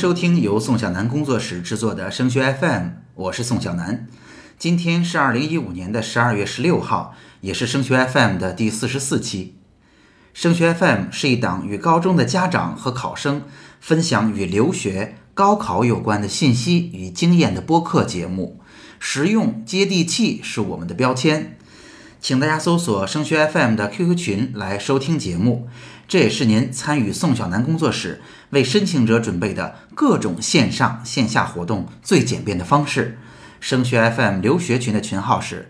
收听由宋小南工作室制作的升学 FM， 我是宋小南。今天是2015年的12月16号，也是升学 FM 的第44期。升学 FM 是一档与高中的家长和考生分享与留学、高考有关的信息与经验的播客节目，实用接地气是我们的标签。请大家搜索升学 FM 的 QQ 群来收听节目，这也是您参与宋小南工作室为申请者准备的各种线上线下活动最简便的方式。升学 FM 留学群的群号是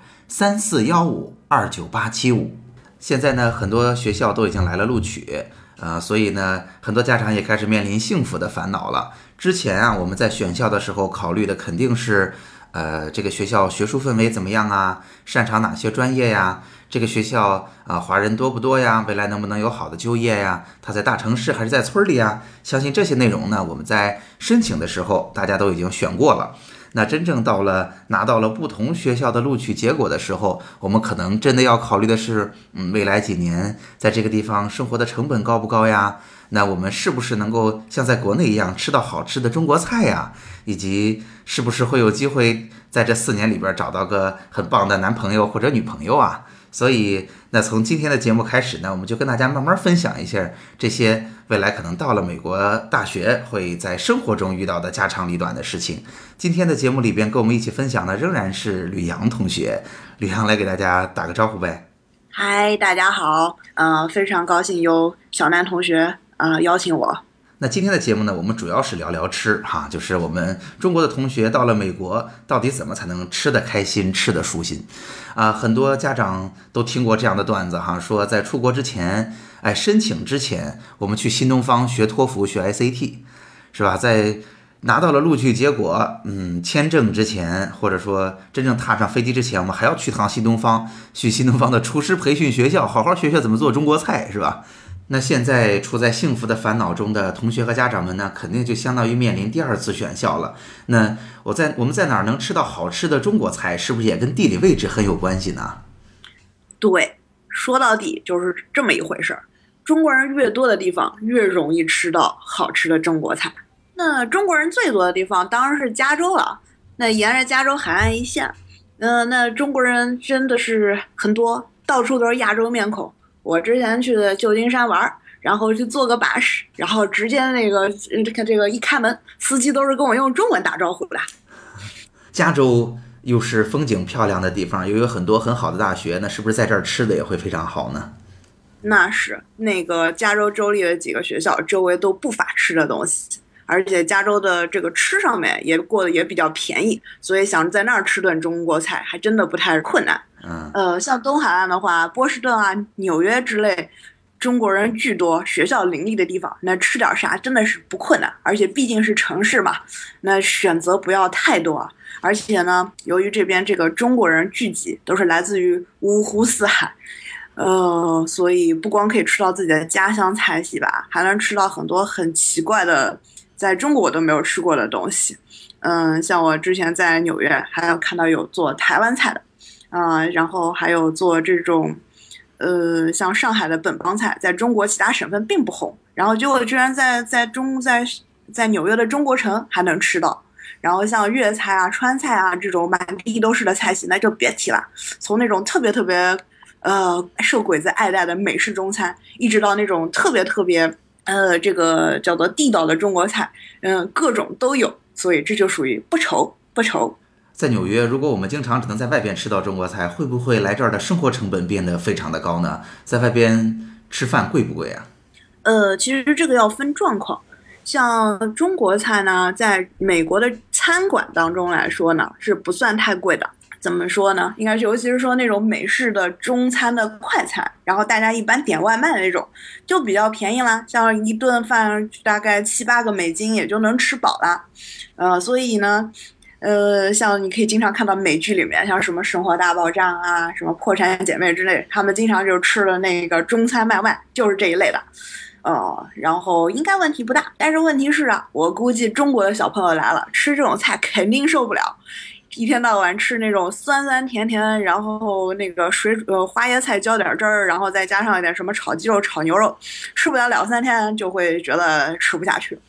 3415-29875。现在呢，很多学校都已经来了录取，所以呢，很多家长也开始面临幸福的烦恼了。之前啊，我们在选校的时候考虑的肯定是这个学校学术氛围怎么样啊？擅长哪些专业呀？这个学校华人多不多呀？未来能不能有好的就业呀？它在大城市还是在村里呀？相信这些内容呢，我们在申请的时候大家都已经选过了。那真正拿到了不同学校的录取结果的时候，我们可能真的要考虑的是，未来几年在这个地方生活的成本高不高呀？那我们是不是能够像在国内一样吃到好吃的中国菜呀？以及是不是会有机会在这4年里边找到个很棒的男朋友或者女朋友啊？所以那从今天的节目开始呢，我们就跟大家慢慢分享一下这些未来可能到了美国大学会在生活中遇到的家长里短的事情。今天的节目里边跟我们一起分享的仍然是吕阳同学。吕阳来给大家打个招呼呗。 嗨，大家好，非常高兴有小南同学邀请我。 那今天的节目呢，我们主要是聊聊吃哈，就是我们中国的同学到了美国，到底怎么才能吃得开心、吃得舒心很多家长都听过这样的段子哈，说在出国之前，申请之前，我们去新东方学托福、学 SAT， 是吧？在拿到了录取结果，签证之前，或者说真正踏上飞机之前，我们还要去趟新东方，去新东方的厨师培训学校，好好学学怎么做中国菜，是吧？那现在处在幸福的烦恼中的同学和家长们呢，肯定就相当于面临第2次选校了。那我们在哪儿能吃到好吃的中国菜，是不是也跟地理位置很有关系呢？ 对，说到底就是这么一回事儿。中国人越多的地方，越容易吃到好吃的中国菜。那中国人最多的地方当然是加州了。那沿着加州海岸一线，那中国人真的是很多，到处都是亚洲面孔。我之前去的旧金山玩，然后去坐个巴士，然后直接这个一开门，司机都是跟我用中文打招呼的。 加州又是风景漂亮的地方，又有很多很好的大学，那是不是在这儿吃的也会非常好呢？ 那是，那个加州州立的几个学校周围都不乏吃的东西，而且加州的这个吃上面也过得也比较便宜，所以想在那儿吃顿中国菜还真的不太困难。像东海岸的话，波士顿啊、纽约之类，中国人巨多、学校林立的地方，那吃点啥真的是不困难。而且毕竟是城市嘛，那选择不要太多。而且呢，由于这边这个中国人聚集都是来自于五湖四海，所以不光可以吃到自己的家乡菜系吧，还能吃到很多很奇怪的，在中国我都没有吃过的东西。像我之前在纽约还有看到有做台湾菜的。然后还有做这种，像上海的本帮菜，在中国其他省份并不红，然后结果居然在纽约的中国城还能吃到。然后像粤菜啊、川菜啊这种满地都是的菜系，那就别提了。从那种特别特别受鬼子爱戴的美式中餐，一直到那种特别特别这个叫做地道的中国菜，各种都有，所以这就属于不愁不愁。 在纽约，如果我们经常只能在外边吃到中国菜，会不会来这儿的生活成本变得非常的高呢？在外边吃饭贵不贵啊？ 其实这个要分状况。像中国菜呢，在美国的餐馆当中来说呢，是不算太贵的。怎么说呢？应该是尤其是说那种美式的中餐的快餐，然后大家一般点外卖的那种，就比较便宜啦。像一顿饭大概7-8个美金也就能吃饱啦。所以呢。像你可以经常看到美剧里面，像什么《生活大爆炸》啊、什么《破产姐妹》之类，他们经常就吃了那个中餐卖外，就是这一类的。然后应该问题不大，但是问题是啊，我估计中国的小朋友来了，吃这种菜肯定受不了，一天到晚吃那种酸酸甜甜，然后那个花椰菜浇点汁儿，然后再加上一点什么炒鸡肉、炒牛肉，吃不了2-3天就会觉得吃不下去。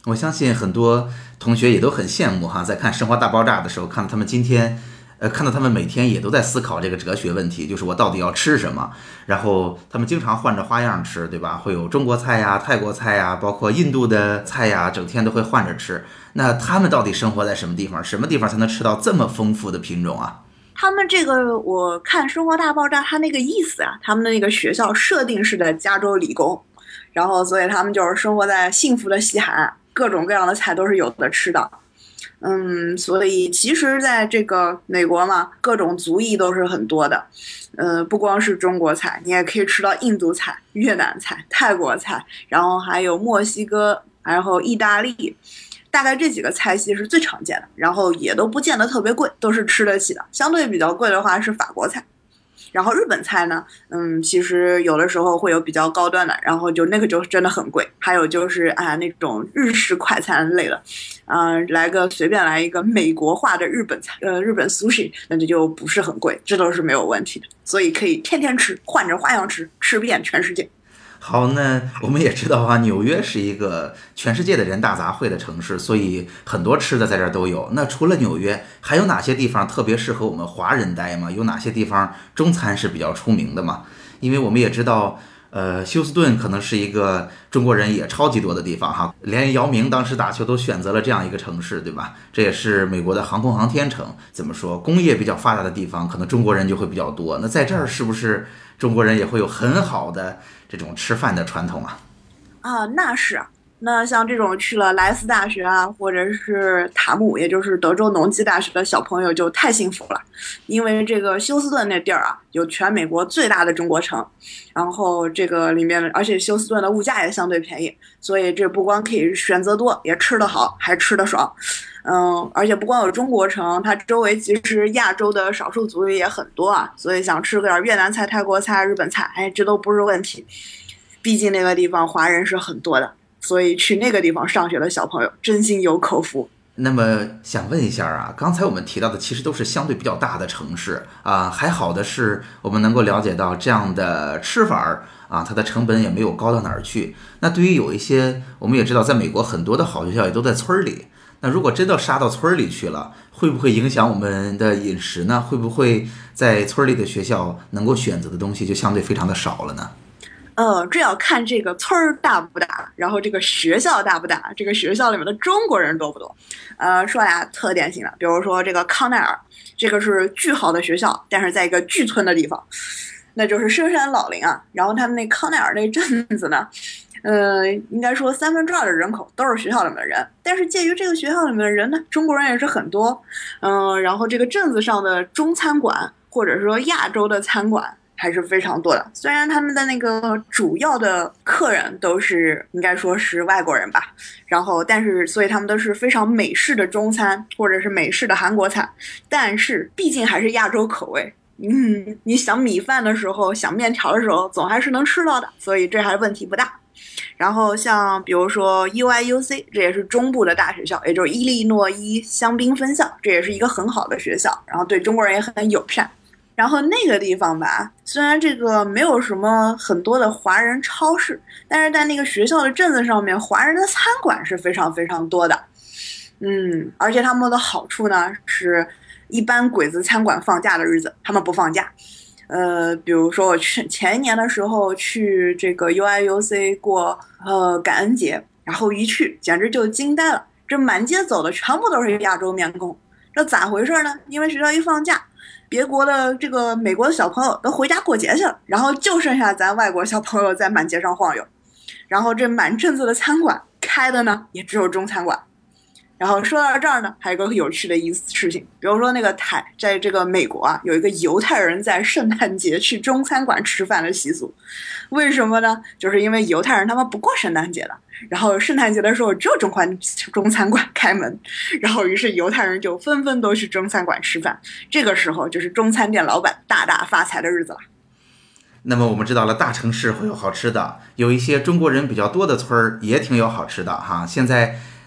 我相信很多同学也都很羡慕哈，在看《生活大爆炸》的时候，看到他们今天。看到他们每天也都在思考这个哲学问题，就是我到底要吃什么。然后他们经常换着花样吃，对吧？会有中国菜呀、泰国菜呀，包括印度的菜呀，整天都会换着吃。那他们到底生活在什么地方？什么地方才能吃到这么丰富的品种啊？ 他们这个我看《生活大爆炸》，它那个意思啊，他们的那个学校设定是在加州理工，然后所以他们就是生活在幸福的西海岸，各种各样的菜都是有的吃的。所以其实在这个美国嘛，各种族裔都是很多的，不光是中国菜，你也可以吃到印度菜、越南菜、泰国菜，然后还有墨西哥，然后意大利，大概这几个菜系是最常见的，然后也都不见得特别贵，都是吃得起的。相对比较贵的话是法国菜。然后日本菜呢，其实有的时候会有比较高端的，然后就那个就真的很贵。还有就是那种日式快餐类的，随便来一个美国化的日本菜，日本 sushi， 那这就不是很贵，这都是没有问题的。所以可以天天吃，换着花样吃，吃遍全世界。 好，那我们也知道啊，纽约是一个全世界的人大杂烩的城市，所以很多吃的在这儿都有。那除了纽约，还有哪些地方特别适合我们华人待吗？有哪些地方中餐是比较出名的吗？因为我们也知道，休斯顿可能是一个中国人也超级多的地方哈，连姚明当时打球都选择了这样一个城市，对吧？这也是美国的航空航天城。怎么说，工业比较发达的地方，可能中国人就会比较多。那在这儿是不是中国人也会有很好的这种吃饭的传统啊？ 那是啊。那像这种去了莱斯大学啊，或者是塔木，也就是德州农机大学的小朋友就太幸福了，因为这个休斯顿那地儿啊，有全美国最大的中国城，然后这个里面，而且休斯顿的物价也相对便宜，所以这不光可以选择多，也吃得好，还吃得爽。而且不光有中国城，它周围其实亚洲的少数族裔也很多啊，所以想吃点越南菜、泰国菜、日本菜，这都不是问题。毕竟那个地方华人是很多的，所以去那个地方上学的小朋友真心有口福。 那么想问一下啊，刚才我们提到的其实都是相对比较大的城市啊，还好的是我们能够了解到这样的吃法啊，它的成本也没有高到哪儿去。那对于有一些我们也知道，在美国很多的好学校也都在村里，那如果真的杀到村里去了，会不会影响我们的饮食呢？会不会在村里的学校能够选择的东西就相对非常的少了呢？ 这要看这个村儿大不大，然后这个学校大不大，这个学校里面的中国人多不多。说俩特典型的，比如说这个康奈尔，这个是巨好的学校，但是在一个巨村的地方，那就是深山老林啊。然后他们那康奈尔那镇子呢，应该说2/3的人口都是学校里面的人，但是介于这个学校里面的人呢，中国人也是很多。然后这个镇子上的中餐馆或者说亚洲的餐馆还是非常多的，虽然他们的那个主要的客人都是应该说是外国人吧，然后但是所以他们都是非常美式的中餐或者是美式的韩国菜，但是毕竟还是亚洲口味。你想米饭的时候，想面条的时候，总还是能吃到的，所以这还问题不大。然后像比如说 UIUC， 这也是中部的大学校，也就是伊利诺伊香槟分校，这也是一个很好的学校，然后对中国人也很友善。然后那个地方吧，虽然这个没有什么很多的华人超市，但是在那个学校的镇子上面，华人的餐馆是非常非常多的。而且他们的好处呢是，一般鬼子餐馆放假的日子，他们不放假。比如说我前一年的时候去这个 UIUC 过感恩节，然后一去简直就惊呆了，这满街走的全部都是亚洲面孔，这咋回事呢？因为学校一放假，别国的这个美国的小朋友都回家过节去了，然后就剩下咱外国小朋友在满街上晃悠，然后这满镇子的餐馆开的呢也只有中餐馆。然后说到这儿呢，还有一个有趣的事情，比如说那个在这个美国啊，有一个犹太人在圣诞节去中餐馆吃饭的习俗，为什么呢？就是因为犹太人他们不过圣诞节的，然后圣诞节的时候只有中餐馆开门，然后于是犹太人就纷纷都去中餐馆吃饭，这个时候就是中餐店老板大大发财的日子了。 那么我们知道了，大城市会有好吃的，有一些中国人比较多的村儿也挺有好吃的哈。现在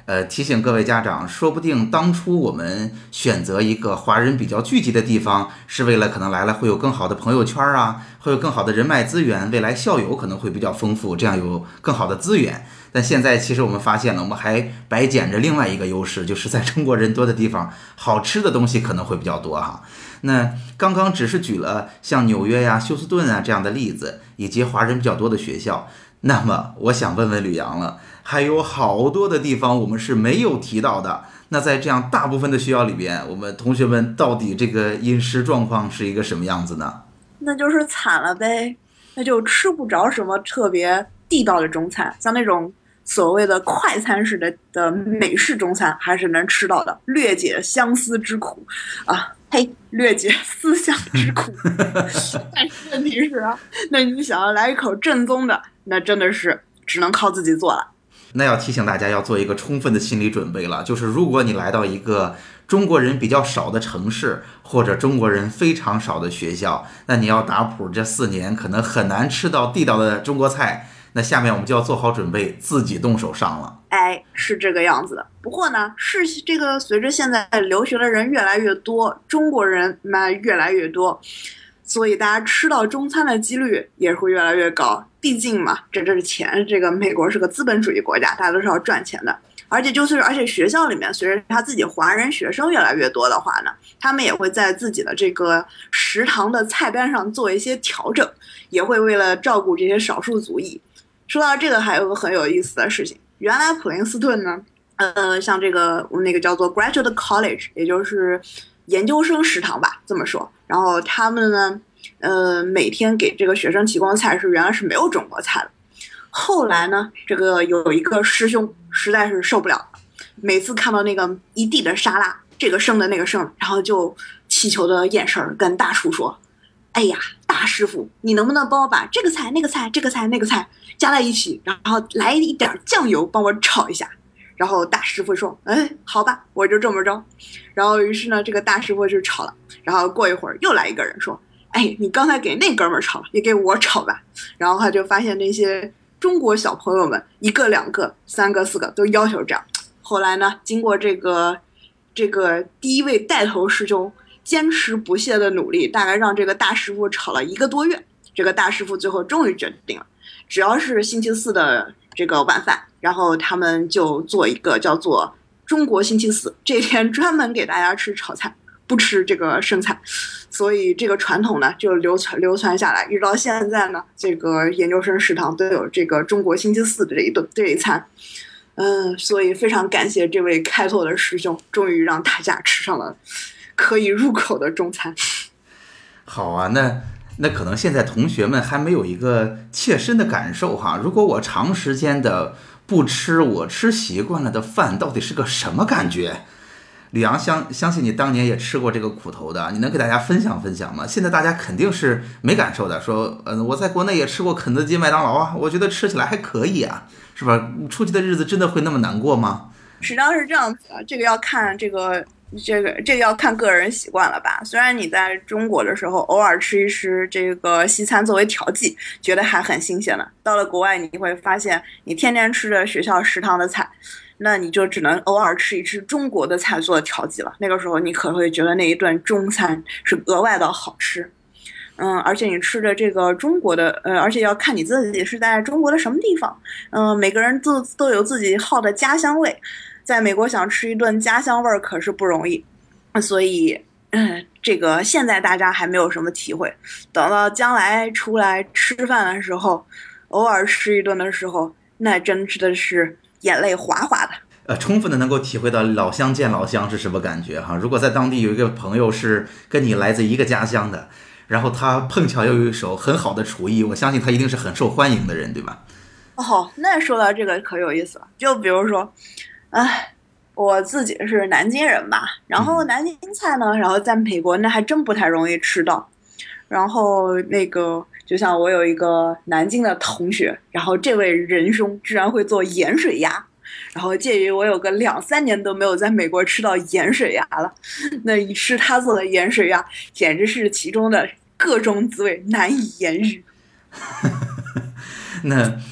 提醒各位家长，说不定当初我们选择一个华人比较聚集的地方，是为了可能来了会有更好的朋友圈啊，会有更好的人脉资源，未来校友可能会比较丰富，这样有更好的资源。但现在其实我们发现了，我们还白捡着另外一个优势，就是在中国人多的地方，好吃的东西可能会比较多哈。那刚刚只是举了像纽约呀、休斯顿啊这样的例子，以及华人比较多的学校。那么我想问问吕阳了，还有好多的地方我们是没有提到的。那在这样大部分的学校里边，我们同学们到底这个饮食状况是一个什么样子呢？ 那就是惨了呗，那就吃不着什么特别地道的中餐，像那种所谓的快餐式的美式中餐还是能吃到的，略解相思之苦啊，嘿，略解思乡之苦。但是问题是啊，那你想要来一口正宗的，那真的是只能靠自己做了。 那要提醒大家要做一个充分的心理准备了，就是如果你来到一个中国人比较少的城市，或者中国人非常少的学校，那你要打谱这4年可能很难吃到地道的中国菜。那下面我们就要做好准备，自己动手上了。 哎，是这个样子的。不过呢，是这个随着现在留学的人越来越多，中国人嘛越来越多，所以大家吃到中餐的几率也会越来越高。毕竟嘛，这是钱，这个美国是个资本主义国家，大家都是要赚钱的。而且学校里面，随着他自己华人学生越来越多的话呢，他们也会在自己的这个食堂的菜单上做一些调整，也会为了照顾这些少数族裔。说到这个，还有个很有意思的事情，原来普林斯顿呢，像这个那个叫做 graduate college， 也就是研究生食堂吧，这么说。然后他们呢，每天给这个学生提供的菜是原来是没有中国菜的。后来呢，这个有一个师兄实在是受不了了，每次看到那个一地的沙拉，这个剩的那个剩，然后就气球的眼神跟大厨说：“哎呀，大师傅，你能不能帮我把这个菜、那个菜、这个菜、那个菜加在一起，然后来一点酱油帮我炒一下？”然后大师傅说：“哎，好吧，我就这么着。”然后于是呢，这个大师傅就炒了。然后过一会儿又来一个人说：“哎，你刚才给那哥们儿炒了，也给我炒吧。”然后他就发现那些中国小朋友们1个、2个、3个、4个都要求这样。后来呢，经过这个第一位带头师兄坚持不懈的努力，大概让这个大师傅炒了1个多月。这个大师傅最后终于决定了，只要是星期四的这个晚饭，然后他们就做一个叫做中国星期四，这天专门给大家吃炒菜，不吃这个剩菜。所以这个传统呢就流传下来，一直到现在呢，这个研究生食堂都有这个中国星期四的这一餐。所以非常感谢这位开拓的师兄，终于让大家吃上了可以入口的中餐。 好啊，那可能现在同学们还没有一个切身的感受哈。如果我长时间的不吃我吃习惯了的饭，到底是个什么感觉？吕阳相信你当年也吃过这个苦头的，你能给大家分享分享吗？现在大家肯定是没感受的，说我在国内也吃过肯德基、麦当劳啊，我觉得吃起来还可以啊，是吧？出去的日子真的会那么难过吗？ 实际上是这样子的，这个要看要看个人习惯了吧。虽然你在中国的时候偶尔吃一吃这个西餐作为调剂，觉得还很新鲜呢，到了国外你会发现，你天天吃着学校食堂的菜，那你就只能偶尔吃一吃中国的菜做的调剂了。那个时候你可会觉得那一顿中餐是额外的好吃。而且你吃的这个中国的，而且要看你自己是在中国的什么地方。每个人都有自己好的家乡味，在美国想吃一顿家乡味儿可是不容易，所以，这个现在大家还没有什么体会，等到将来出来吃饭的时候，偶尔吃一顿的时候，那真的是眼泪哗哗的。 充分的能够体会到老乡见老乡是什么感觉哈。如果在当地有一个朋友是跟你来自一个家乡的，然后他碰巧又有一手很好的厨艺，我相信他一定是很受欢迎的人，对吧？ 哦，那说到这个可有意思了，就比如说，我自己是南京人吧，然后南京菜呢，然后在美国那还真不太容易吃到。然后那个，就像我有一个南京的同学，然后这位仁兄居然会做盐水鸭。然后介于我有个2-3年都没有在美国吃到盐水鸭了，那一吃他做的盐水鸭，简直是其中的各种滋味难以言喻。 那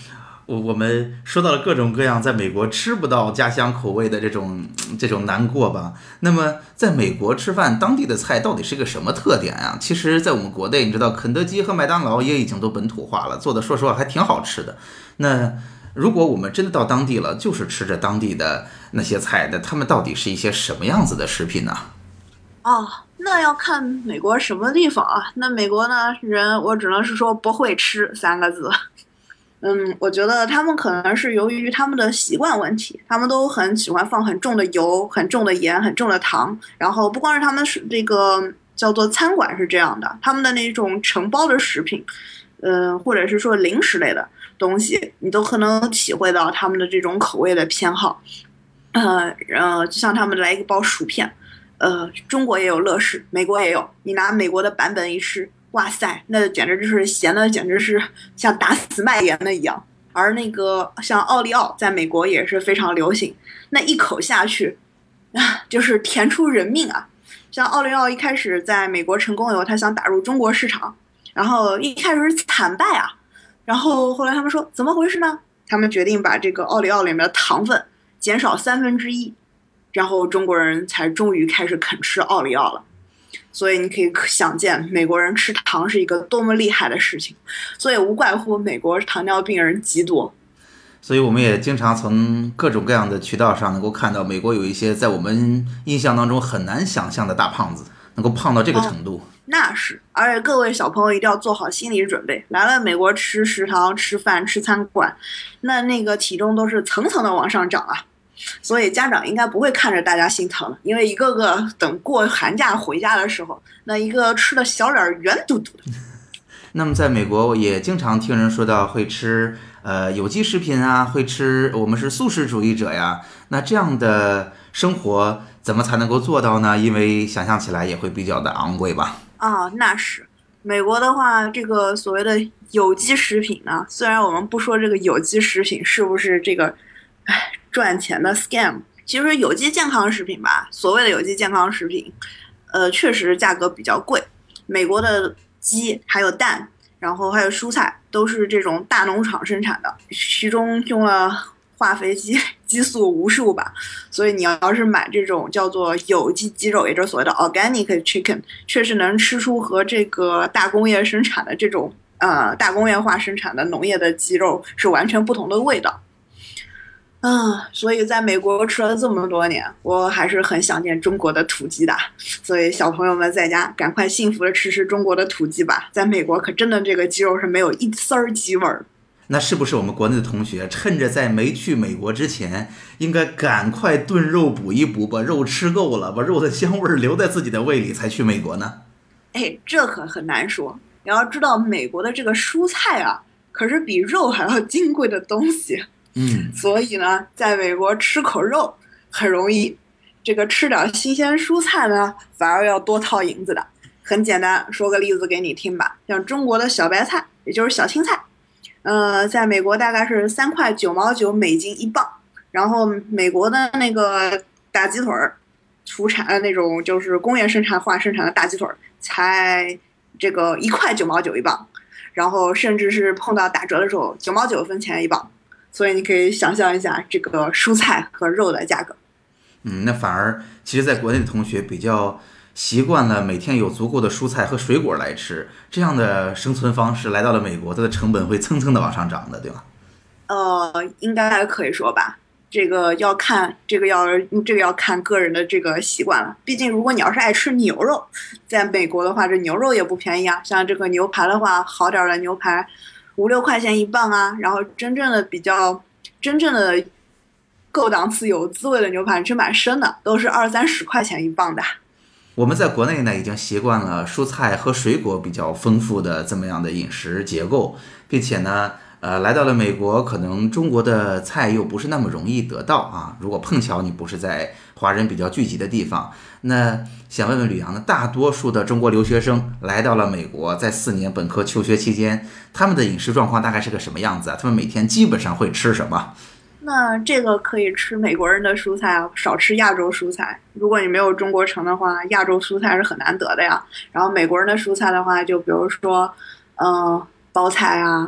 我们说到了各种各样在美国吃不到家乡口味的这种难过吧。那么在美国吃饭，当地的菜到底是个什么特点啊？其实，在我们国内，你知道，肯德基和麦当劳也已经都本土化了，做的说实话还挺好吃的。那如果我们真的到当地了，就是吃着当地的那些菜的，他们到底是一些什么样子的食品呢？ 哦，那要看美国什么地方啊？那美国呢，人我只能是说不会吃三个字。我觉得他们可能是由于他们的习惯问题，他们都很喜欢放很重的油、很重的盐、很重的糖。然后不光是他们是这个叫做餐馆是这样的，他们的那种承包的食品，或者是说零食类的东西，你都可能体会到他们的这种口味的偏好。就像他们来一个包薯片，中国也有乐事，美国也有。你拿美国的版本一吃，哇塞，那简直就是咸的，简直是像打死麦盐的一样。而那个像奥利奥，在美国也是非常流行，那一口下去，就是甜出人命啊！像奥利奥一开始在美国成功以后，他想打入中国市场，然后一开始是惨败啊，然后后来他们说怎么回事呢？他们决定把这个奥利奥里面的糖分减少1/3，然后中国人才终于开始肯吃奥利奥了。所以你可以想见，美国人吃糖是一个多么厉害的事情，所以无怪乎美国糖尿病人极多。 所以我们也经常从各种各样的渠道上能够看到，美国有一些在我们印象当中很难想象的大胖子，能够胖到这个程度。 那是，而且各位小朋友一定要做好心理准备，来了美国吃食堂、吃饭、吃餐馆，那个体重都是层层的往上涨啊。所以家长应该不会看着大家心疼，因为一个个等过寒假回家的时候，那一个吃的小脸圆嘟嘟的。 那么在美国，我也经常听人说到会吃有机食品啊，会吃我们是素食主义者呀。那这样的生活怎么才能够做到呢？因为想象起来也会比较的昂贵吧。 啊，那是。美国的话，这个所谓的有机食品呢，虽然我们不说这个有机食品是不是这个，赚钱的 scam，其实有机健康食品吧，所谓的有机健康食品，确实价格比较贵。美国的鸡还有蛋，然后还有蔬菜，都是这种大农场生产的，其中用了化肥激素无数吧。所以你要是买这种叫做有机鸡肉，也就是所谓的 organic chicken， 确实能吃出和这个大工业生产的这种大工业化生产的农业的鸡肉是完全不同的味道。所以在美国吃了这么多年，我还是很想念中国的土鸡的。所以小朋友们在家赶快幸福的吃中国的土鸡吧，在美国可真的这个鸡肉是没有一丝儿鸡味儿。 那是不是我们国内的同学趁着在没去美国之前，应该赶快炖肉补一补，把肉吃够了，把肉的香味留在自己的胃里，才去美国呢？ 这可很难说。你要知道，美国的这个蔬菜啊，可是比肉还要金贵的东西。所以呢，在美国吃口肉很容易，这个吃点新鲜蔬菜呢，反而要多掏银子的。很简单，说个例子给你听吧，像中国的小白菜，也就是小青菜，在美国大概是3.9毛9美金一磅，然后美国的那个大鸡腿儿，出产的那种就是工业生产化生产的大鸡腿儿，才这个1.9毛9一磅，然后甚至是碰到打折的时候9毛9分钱一磅。所以你可以想象一下这个蔬菜和肉的价格。 那反而其实在国内的同学比较习惯了每天有足够的蔬菜和水果来吃，这样的生存方式来到了美国，它的成本会蹭蹭的往上涨的，对吧？ 应该可以说吧。要看个人的这个习惯了。毕竟如果你要是爱吃牛肉，在美国的话，这牛肉也不便宜啊。像这个牛排的话，好点的牛排5-6块钱一磅啊，然后真正的够档次有滋味的牛排，你去买生的都是20-30块钱一磅的。 我们在国内呢已经习惯了蔬菜和水果比较丰富的这么样的饮食结构，并且呢来到了美国，可能中国的菜又不是那么容易得到啊。如果碰巧你不是在华人比较聚集的地方，那想问问吕阳呢，大多数的中国留学生来到了美国，在4年本科求学期间，他们的饮食状况大概是个什么样子啊？他们每天基本上会吃什么？ 那这个可以吃美国人的蔬菜啊，少吃亚洲蔬菜。如果你没有中国城的话，亚洲蔬菜是很难得的呀。然后美国人的蔬菜的话，就比如说，包菜啊，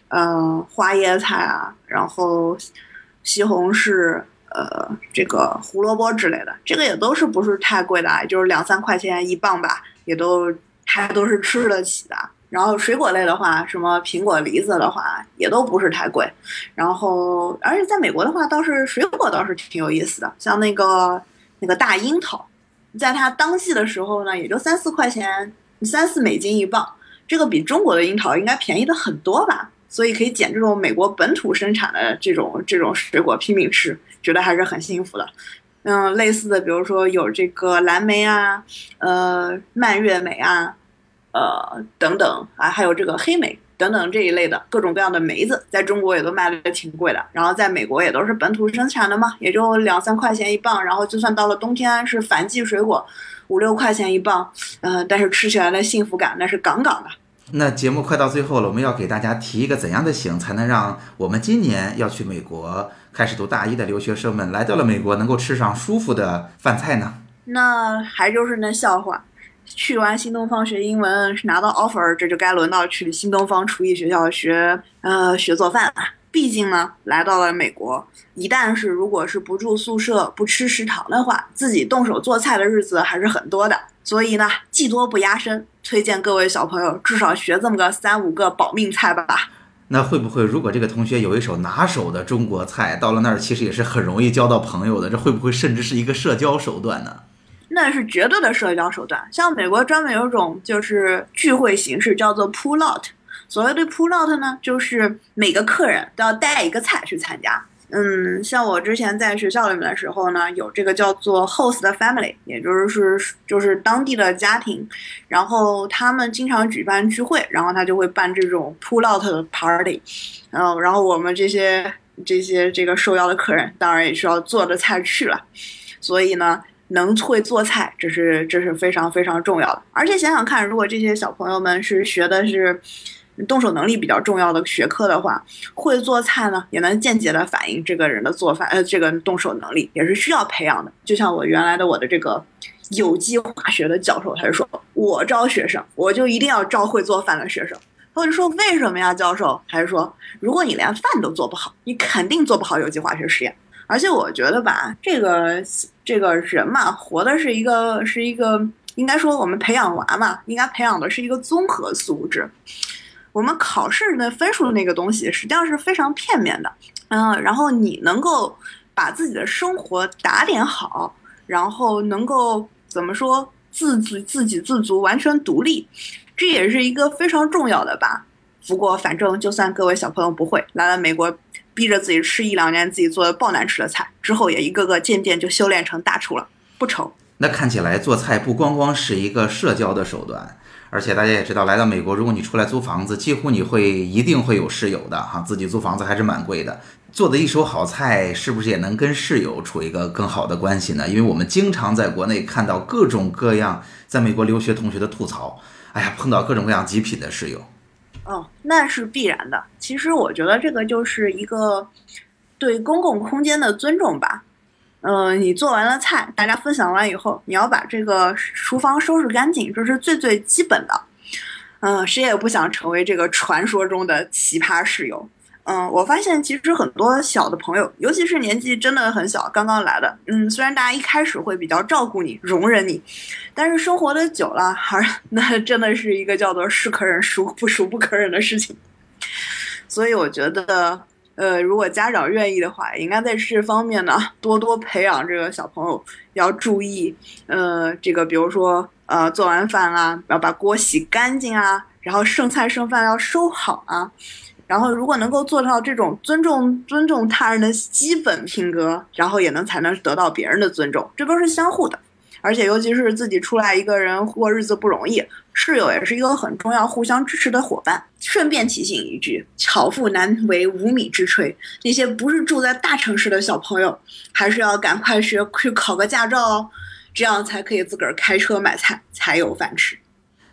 花椰菜啊，然后西红柿，这个胡萝卜之类的，这个也都是不是太贵的啊，就是2、3块钱一磅吧，还都是吃得起的。然后水果类的话，什么苹果、梨子的话，也都不是太贵。然后，而且在美国的话，水果倒是挺有意思的，像那个大樱桃，在它当季的时候呢，也就3、4块钱，3、4美金一磅，这个比中国的樱桃应该便宜的很多吧。所以可以捡这种美国本土生产的这种水果拼命吃，觉得还是很幸福的。类似的，比如说有这个蓝莓啊，蔓越莓啊，等等啊，还有这个黑莓等等这一类的各种各样的梅子，在中国也都卖的挺贵的，然后在美国也都是本土生产的嘛，也就2、3块钱一磅，然后就算到了冬天是反季水果，5、6块钱一磅，但是吃起来的幸福感那是杠杠的。 那节目快到最后了，我们要给大家提一个怎样的醒，才能让我们今年要去美国开始读大一的留学生们来到了美国能够吃上舒服的饭菜呢？ 那还就是那笑话，去完新东方学英文，拿到 offer，这就该轮到去新东方厨艺学校学做饭了。毕竟呢，来到了美国，一旦是如果是不住宿舍、不吃食堂的话，自己动手做菜的日子还是很多的。所以呢，技多不压身，推荐各位小朋友至少学这么个3、5个保命菜吧。 那会不会如果这个同学有一手拿手的中国菜，到了那儿其实也是很容易交到朋友的？这会不会甚至是一个社交手段呢？ 那是绝对的社交手段。像美国专门有一种就是聚会形式叫做 pull out。所谓的 pull out 呢，就是每个客人都要带一个菜去参加。像我之前在学校里面的时候呢，有这个叫做 host family， 也就是当地的家庭，然后他们经常举办聚会，然后他就会办这种 pull out 的 party，然后我们这个受邀的客人当然也需要做着菜去了，所以呢。能会做菜，这是非常非常重要的。而且想想看，如果这些小朋友们是学的是动手能力比较重要的学科的话，会做菜呢，也能间接的反映这个人的做饭，这个动手能力也是需要培养的。就像我原来的我的这个有机化学的教授，他就说，我招学生，我就一定要招会做饭的学生。或者说为什么呀，教授？还是说，如果你连饭都做不好，你肯定做不好有机化学实验。而且我觉得吧，这个人嘛，活的是一个，应该说我们培养娃嘛，应该培养的是一个综合素质。我们考试的分数那个东西，实际上是非常片面的。然后你能够把自己的生活打点好，然后能够怎么说自给自足，完全独立，这也是一个非常重要的吧。不过反正就算各位小朋友不会，来了美国逼着自己吃1、2年自己做的爆难吃的菜，之后也一个个渐渐就修炼成大厨了，不愁。 那看起来做菜不光光是一个社交的手段，而且大家也知道，来到美国，如果你出来租房子，几乎一定会有室友的哈，自己租房子还是蛮贵的。做的一手好菜，是不是也能跟室友处一个更好的关系呢？因为我们经常在国内看到各种各样在美国留学同学的吐槽，哎呀，碰到各种各样极品的室友。 那是必然的。其实我觉得这个就是一个对公共空间的尊重吧。你做完了菜，大家分享完以后，你要把这个厨房收拾干净，这是最最基本的。谁也不想成为这个传说中的奇葩室友。我发现其实很多小的朋友，尤其是年纪真的很小，刚刚来的，虽然大家一开始会比较照顾你、容忍你，但是生活的久了，那真的是一个叫做是可忍孰不可忍的事情。所以我觉得，如果家长愿意的话，应该在这方面呢，多多培养这个小朋友，要注意，这个比如说，做完饭啊，要把锅洗干净啊，然后剩菜剩饭要收好啊。然后，如果能够做到这种尊重他人的基本品格，然后也才能得到别人的尊重，这都是相互的。而且，尤其是自己出来一个人过日子不容易，室友也是一个很重要、互相支持的伙伴。顺便提醒一句，巧妇难为无米之炊，那些不是住在大城市的小朋友，还是要赶快去考个驾照哦，这样才可以自个儿开车买菜，才有饭吃。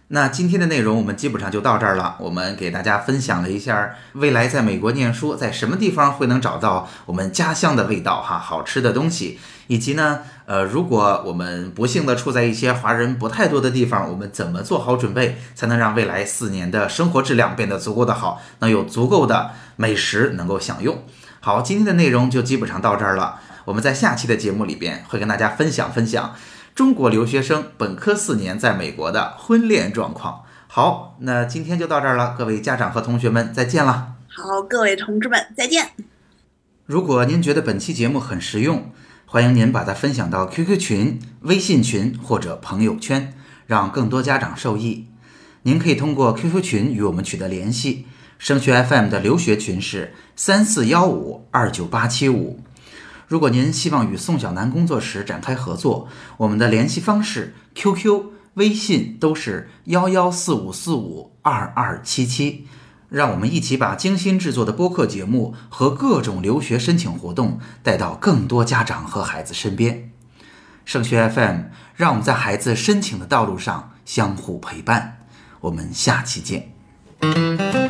那今天的内容我们基本上就到这儿了。我们给大家分享了一下未来在美国念书，在什么地方会能找到我们家乡的味道哈，好吃的东西，以及呢，如果我们不幸的处在一些华人不太多的地方，我们怎么做好准备，才能让未来4年的生活质量变得足够的好，能有足够的美食能够享用。好，今天的内容就基本上到这儿了。我们在下期的节目里边会跟大家分享中国留学生本科4年在美国的婚恋状况。好，那今天就到这儿了，各位家长和同学们再见了。 好，各位同志们再见。 如果您觉得本期节目很实用，欢迎您把它分享到 QQ 群、微信群或者朋友圈，让更多家长受益。您可以通过 QQ 群与我们取得联系，升学 FM 的留学群是3415-29875。如果您希望与宋小南工作室展开合作，我们的联系方式 QQ、微信都是1145452277，让我们一起把精心制作的播客节目和各种留学申请活动带到更多家长和孩子身边。升学 FM 让我们在孩子申请的道路上相互陪伴。我们下期见。